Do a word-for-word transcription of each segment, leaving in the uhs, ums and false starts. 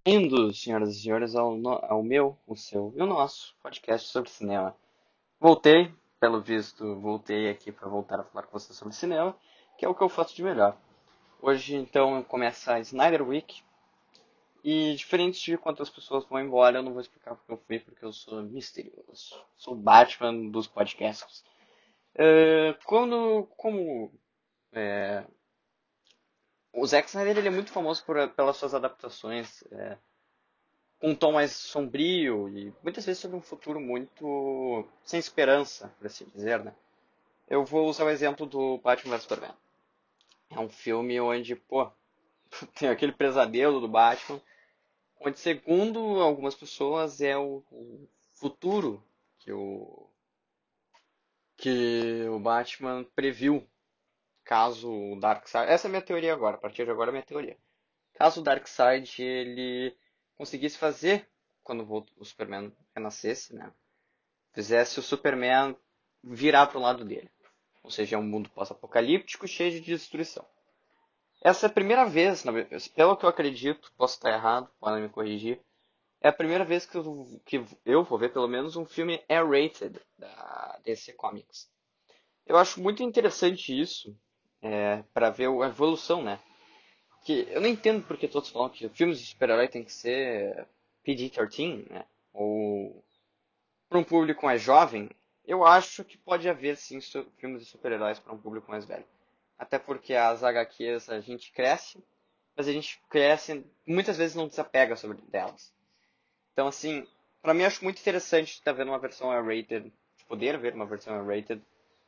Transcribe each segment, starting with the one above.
Bem-vindos, senhoras e senhores, ao, no- ao meu, o seu e o nosso podcast sobre cinema. Voltei, pelo visto, voltei aqui para voltar a falar com vocês sobre cinema, que é o que eu faço de melhor. Hoje, então, começa a Snyder Week, e diferente de quantas pessoas vão embora, eu não vou explicar porque eu fui, porque eu sou misterioso. Sou o Batman dos podcasts. Eh, quando, como o Zack Snyder ele é muito famoso por- pelas suas adaptações com um tom mais sombrio e muitas vezes sobre um futuro muito sem esperança, por assim dizer, né? Eu vou usar o exemplo do Batman vs Superman. É um filme onde, pô, tem aquele pesadelo do Batman, onde, segundo algumas pessoas, é o, o futuro que o, que o Batman previu caso o Darkseid... Essa é a minha teoria agora, a partir de agora é a minha teoria. Caso o Darkseid ele conseguisse fazer, quando o Superman renascesse, né? Fizesse o Superman virar pro lado dele. Ou seja, é um mundo pós-apocalíptico cheio de destruição. Essa é a primeira vez, pelo que eu acredito, posso estar errado, podem me corrigir, é a primeira vez que eu, que eu vou ver pelo menos um filme R-rated da D C Comics. Eu acho muito interessante isso, é, para ver a evolução, né? Que eu não entendo porque todos falam que filmes de super-herói tem que ser P G treze, né? Ou para um público mais jovem, eu acho que pode haver sim filmes de super-heróis para um público mais velho. Até porque as H Qs a gente cresce, mas a gente cresce muitas vezes não desapega sobre delas. Então assim, para mim acho muito interessante estar vendo uma versão R-rated, poder ver uma versão R-rated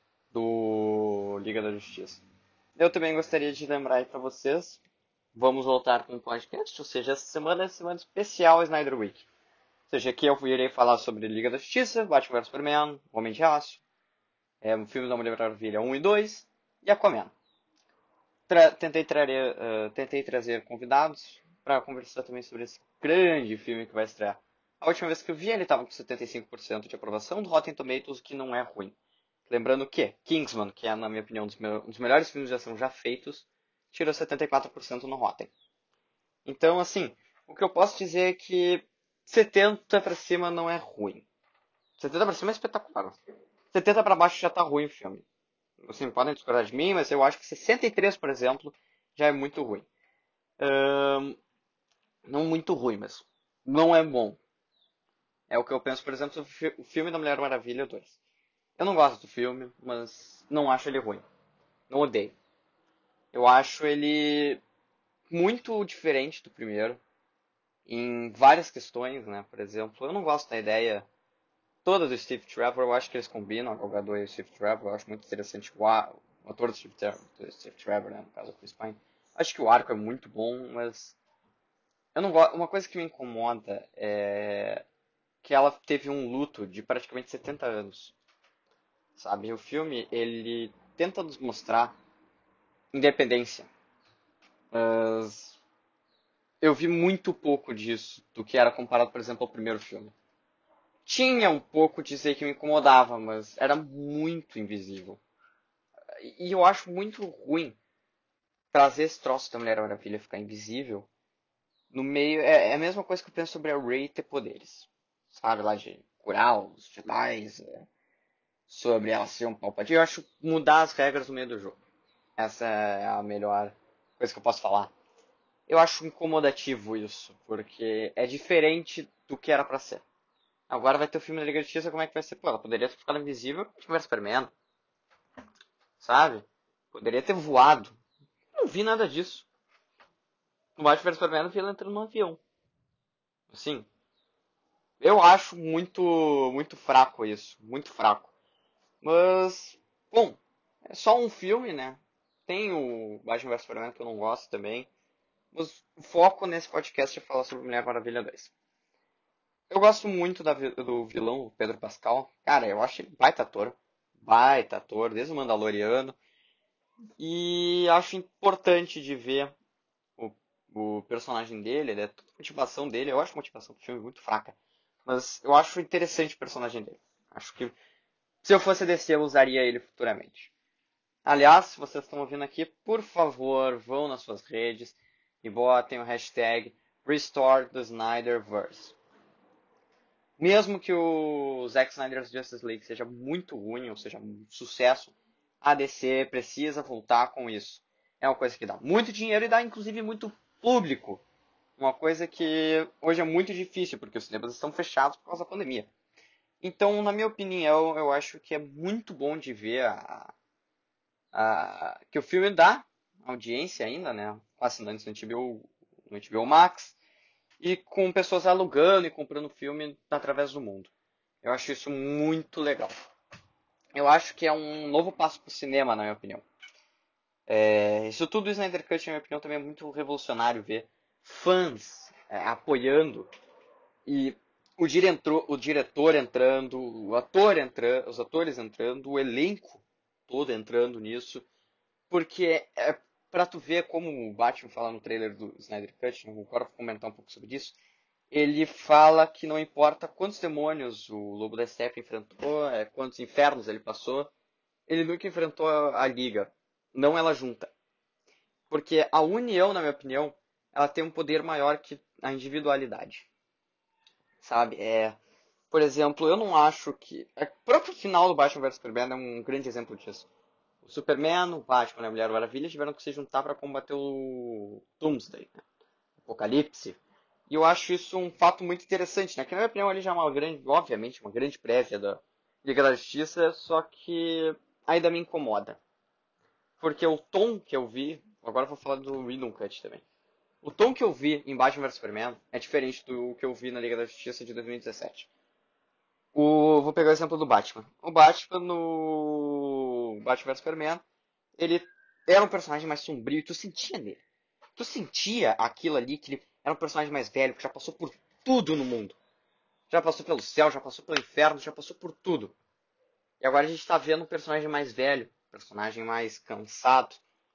do Liga da Justiça. Eu também gostaria de lembrar aí para vocês, vamos voltar com o podcast, ou seja, essa semana é a semana especial Snyder Week. Ou seja, aqui eu irei falar sobre Liga da Justiça, Batman vs Superman, Homem de Aço, é, um filme da Mulher Maravilha um e dois e Aquaman. Tra tentei, trazer, uh, tentei trazer convidados para conversar também sobre esse grande filme que vai estrear. A última vez que eu vi ele estava com setenta e cinco por cento de aprovação do Rotten Tomatoes, o que não é ruim. Lembrando que Kingsman, que é, na minha opinião, um dos, me um dos melhores filmes de ação já feitos, tirou setenta e quatro por cento no Rotten. Então, assim, o que eu posso dizer é que setenta para cima não é ruim. setenta pra cima é espetacular. setenta pra baixo já tá ruim o filme. Assim, podem discordar de mim, mas eu acho que sessenta e três, por exemplo, já é muito ruim. Ahn, não muito ruim, mas não é bom. É o que eu penso, por exemplo, sobre o filme da Mulher Maravilha dois. Eu não gosto do filme, mas não acho ele ruim. Não odeio. Eu acho ele muito diferente do primeiro em várias questões, né? Por exemplo, eu não gosto da ideia toda do Steve Trevor, eu acho que eles combinam, a Gal Gadot e o Steve Trevor, eu acho muito interessante o, o ator do Steve, Trevor, do Steve Trevor, né, no caso do Chris Pine. Acho que o arco é muito bom, mas eu não gosto. Uma coisa que me incomoda é que ela teve um luto de praticamente setenta anos, sabe? O filme, ele tenta nos mostrar independência, mas eu vi muito pouco disso do que era comparado, por exemplo, ao primeiro filme. Tinha um pouco de ser que me incomodava, mas era muito invisível. E eu acho muito ruim trazer esse troço da Mulher Maravilha ficar invisível no meio. É, é a mesma coisa que eu penso sobre a Rey ter poderes. Sabe, lá de curar os Jedi, é, sobre ela ser um Palpatine. Eu acho mudar as regras no meio do jogo. Essa é a melhor coisa que eu posso falar. Eu acho incomodativo isso, porque é diferente do que era pra ser. Agora vai ter o filme da Liga da Justiça, como é que vai ser? Pô, ela poderia ter ficado invisível como tiver Superman, sabe? Poderia ter voado. Não vi nada disso. No Batman vs Superman eu vi ela entrando no avião. Assim, eu acho muito, muito fraco isso. Muito fraco. Mas, bom, é só um filme, né? Tem o Batman vs Superman que eu não gosto também. Mas o foco nesse podcast é falar sobre Mulher Maravilha dois. Eu gosto muito da, do vilão, o Pedro Pascal. Cara, eu acho ele baita ator. Baita ator, desde o Mandaloriano. E acho importante de ver o, o personagem dele, né? A motivação dele. Eu acho a motivação do filme muito fraca. Mas eu acho interessante o personagem dele. Acho que se eu fosse D C, eu usaria ele futuramente. Aliás, se vocês estão ouvindo aqui, por favor, vão nas suas redes e botem o hashtag Restore the Snyderverse. Mesmo que o Zack Snyder's Justice League seja muito ruim, ou seja, um sucesso, a D C precisa voltar com isso. É uma coisa que dá muito dinheiro e dá inclusive muito público. Uma coisa que hoje é muito difícil, porque os cinemas estão fechados por causa da pandemia. Então, na minha opinião, eu acho que é muito bom de ver a, a, que o filme dá audiência ainda, né? Assinantes no H B O, no H B O Max, e com pessoas alugando e comprando filme através do mundo. Eu acho isso muito legal. Eu acho que é um novo passo para o cinema, na minha opinião. É, isso tudo do Snyder Cut, na minha opinião, também é muito revolucionário ver fãs é, apoiando e o diretor, o diretor entrando, o ator entrando, os atores entrando, o elenco todo entrando nisso, porque é, é para tu ver como o Batman fala no trailer do Snyder Cut, não vou comentar um pouco sobre isso. Ele fala que não importa quantos demônios o Lobo da Steppe enfrentou, é, quantos infernos ele passou, ele nunca enfrentou a, a Liga, não ela junta. Porque a união, na minha opinião, ela tem um poder maior que a individualidade. Sabe? É, por exemplo, eu não acho que. O próprio final do Batman versus Superman é um grande exemplo disso. O Superman, o Batman e a Mulher Maravilha tiveram que se juntar para combater o Doomsday, né? O Apocalipse. E eu acho isso um fato muito interessante, né? Que na minha opinião ele já é uma grande, obviamente, uma grande prévia da Liga da Justiça, só que ainda me incomoda. Porque o tom que eu vi, agora eu vou falar do Whedon Cut também. O tom que eu vi em Batman versus Superman é diferente do que eu vi na Liga da Justiça de dois mil e dezessete. O, vou pegar o exemplo do Batman. O Batman no Batman versus Superman, ele era um personagem mais sombrio e tu sentia nele. Tu sentia aquilo ali, que ele era um personagem mais velho, que já passou por tudo no mundo. Já passou pelo céu, já passou pelo inferno, já passou por tudo. E agora a gente tá vendo um personagem mais velho, um personagem mais cansado,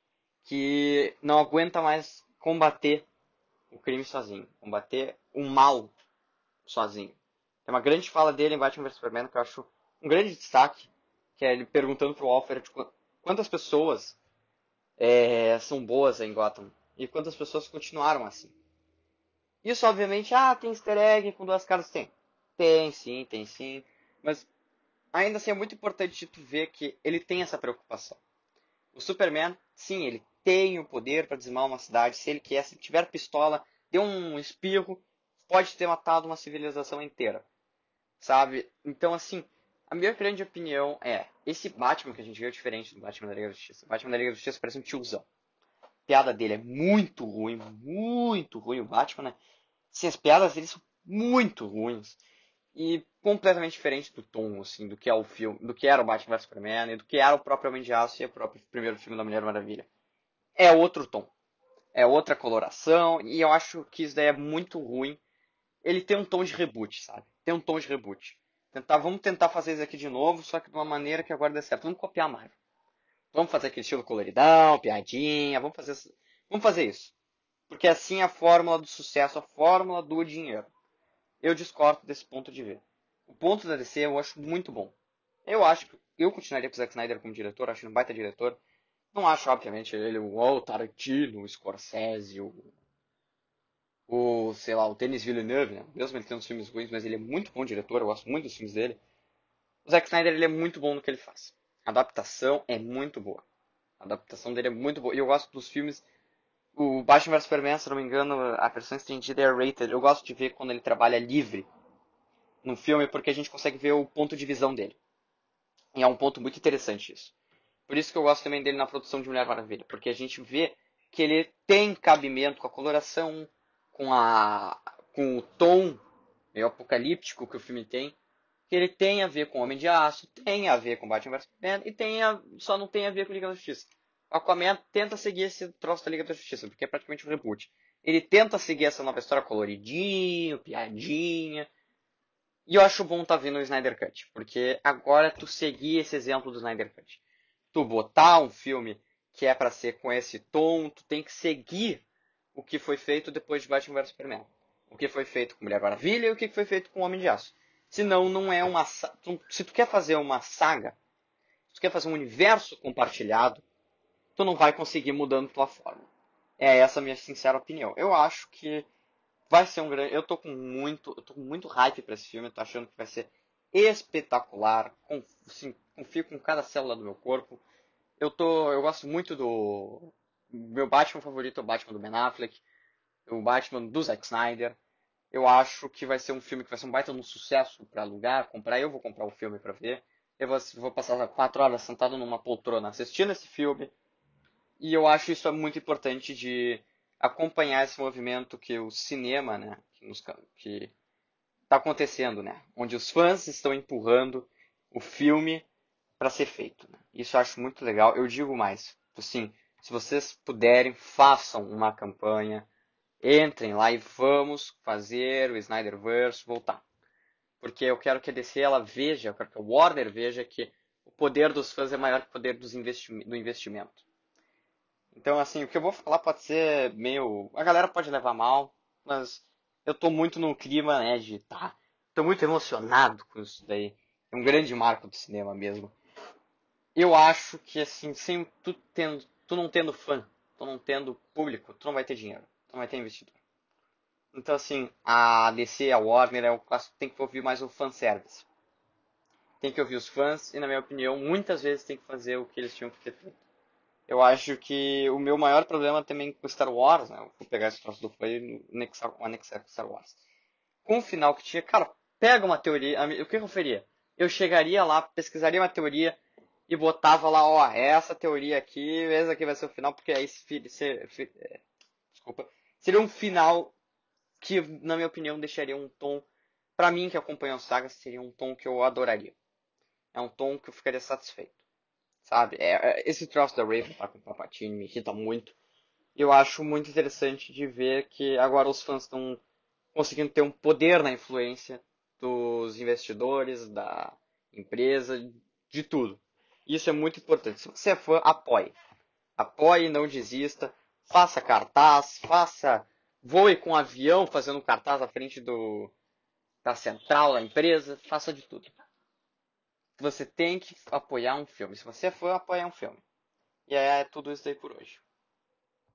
que não aguenta mais combater o crime sozinho, combater o mal sozinho. Tem uma grande fala dele em Batman versus Superman que eu acho um grande destaque, que é ele perguntando pro Alfred quantas pessoas é, são boas em Gotham e quantas pessoas continuaram assim. Isso, obviamente, ah, tem easter egg com duas caras. Tem. Tem sim, tem sim. Mas ainda assim é muito importante tu ver que ele tem essa preocupação. O Superman, sim, ele tem o poder para dizimar uma cidade. Se ele quer, se ele tiver pistola, deu um espirro, pode ter matado uma civilização inteira. Sabe? Então, assim, a minha grande opinião é: esse Batman que a gente vê é diferente do Batman da Liga da Justiça. O Batman da Liga da Justiça parece um tiozão. A piada dele é muito ruim, muito ruim. O Batman, né? Sim, as piadas dele são muito ruins. E completamente diferente do tom, assim, do que é o filme, do que era o Batman versus Superman e do que era o próprio Homem de Aço e o próprio primeiro filme da Mulher Maravilha. É outro tom. É outra coloração, e eu acho que isso daí é muito ruim. Ele tem um tom de reboot, sabe? Tem um tom de reboot. Tentar, vamos tentar fazer isso aqui de novo, só que de uma maneira que agora dê certo. Vamos copiar a Marvel. Vamos fazer aquele estilo coloridão, piadinha, vamos fazer, vamos fazer isso. Porque assim é a fórmula do sucesso, a fórmula do dinheiro. Eu discordo desse ponto de ver. O ponto da D C eu acho muito bom. Eu acho que eu continuaria com o Zack Snyder como diretor, acho ele um baita diretor. Não acho, obviamente, ele o oh, Tarantino, o Scorsese, o, o, sei lá, o Denis Villeneuve, né? Mesmo ele tendo uns filmes ruins, mas ele é muito bom diretor, eu gosto muito dos filmes dele. O Zack Snyder, ele é muito bom no que ele faz. A adaptação é muito boa. A adaptação dele é muito boa. E eu gosto dos filmes. O Batman versus Superman, se não me engano, a versão estendida é rated. Eu gosto de ver quando ele trabalha livre no filme, porque a gente consegue ver o ponto de visão dele. E é um ponto muito interessante isso. Por isso que eu gosto também dele na produção de Mulher Maravilha, porque a gente vê que ele tem cabimento com a coloração, com a com o tom meio apocalíptico que o filme tem, que ele tem a ver com Homem de Aço, tem a ver com Batman versus Superman e tem a, só não tem a ver com Liga da Justiça. O Aquaman tenta seguir esse troço da Liga da Justiça, porque é praticamente um reboot. Ele tenta seguir essa nova história coloridinho, piadinha, e eu acho bom tá vindo o Snyder Cut, porque agora tu seguir esse exemplo do Snyder Cut. Tu botar um filme que é para ser com esse tom, tu tem que seguir o que foi feito depois de Batman versus Superman. O que foi feito com Mulher Maravilha e o que foi feito com Homem de Aço. Senão não é uma... Se tu quer fazer uma saga, se tu quer fazer um universo compartilhado, tu não vai conseguir mudando tua forma. É essa a minha sincera opinião. Eu acho que vai ser um grande. Eu tô com muito, eu tô com muito hype pra esse filme. Eu tô achando que vai ser espetacular. Conf- assim, confio com cada célula do meu corpo. Eu tô, eu gosto muito do meu Batman favorito, é o Batman do Ben Affleck, o Batman do Zack Snyder. Eu acho que vai ser um filme que vai ser um baita de um sucesso pra alugar, comprar. Eu vou comprar o filme pra ver. Eu vou, vou passar quatro horas sentado numa poltrona assistindo esse filme. E eu acho isso é muito importante de acompanhar esse movimento que o cinema, né, que, nos, que tá acontecendo, né, onde os fãs estão empurrando o filme para ser feito, né? Isso eu acho muito legal. Eu digo mais, assim, se vocês puderem, façam uma campanha, entrem lá e vamos fazer o Snyderverse voltar. Porque eu quero que a D C ela veja, eu quero que a Warner veja que o poder dos fãs é maior que o poder dos investi do investimento. Então, assim, o que eu vou falar pode ser meio. A galera pode levar mal, mas eu tô muito no clima, né, de tá. Tô muito emocionado com isso daí. É um grande marco do cinema mesmo. Eu acho que, assim, sem tu, tendo, tu não tendo fã, tu não tendo público, tu não vai ter dinheiro, tu não vai ter investidor. Então, assim, a D C, a Warner, é o clássico, tem que ouvir mais o fanservice. Tem que ouvir os fãs e, na minha opinião, muitas vezes tem que fazer o que eles tinham que ter feito. Eu acho que o meu maior problema também com Star Wars, né? Eu vou pegar esse troço do fã e anexar, anexar com Star Wars. Com o final que tinha, cara, pega uma teoria. O que eu faria? Eu chegaria lá, pesquisaria uma teoria e botava lá, ó, essa teoria aqui, essa aqui vai ser o final, porque aí se, se, se, é, desculpa, seria um final que, na minha opinião, deixaria um tom, pra mim que acompanha a saga, seria um tom que eu adoraria. É um tom que eu ficaria satisfeito, sabe? É, é, esse troço da Raven tá com o Palpatine me irrita muito. E eu acho muito interessante de ver que agora os fãs estão conseguindo ter um poder na influência dos investidores, da empresa, de tudo. Isso é muito importante. Se você é fã, apoie. Apoie, não desista. Faça cartaz, faça. Voe com um avião fazendo cartaz à frente do, da central da empresa. Faça de tudo. Você tem que apoiar um filme. Se você é fã, apoie um filme. E é tudo isso aí por hoje.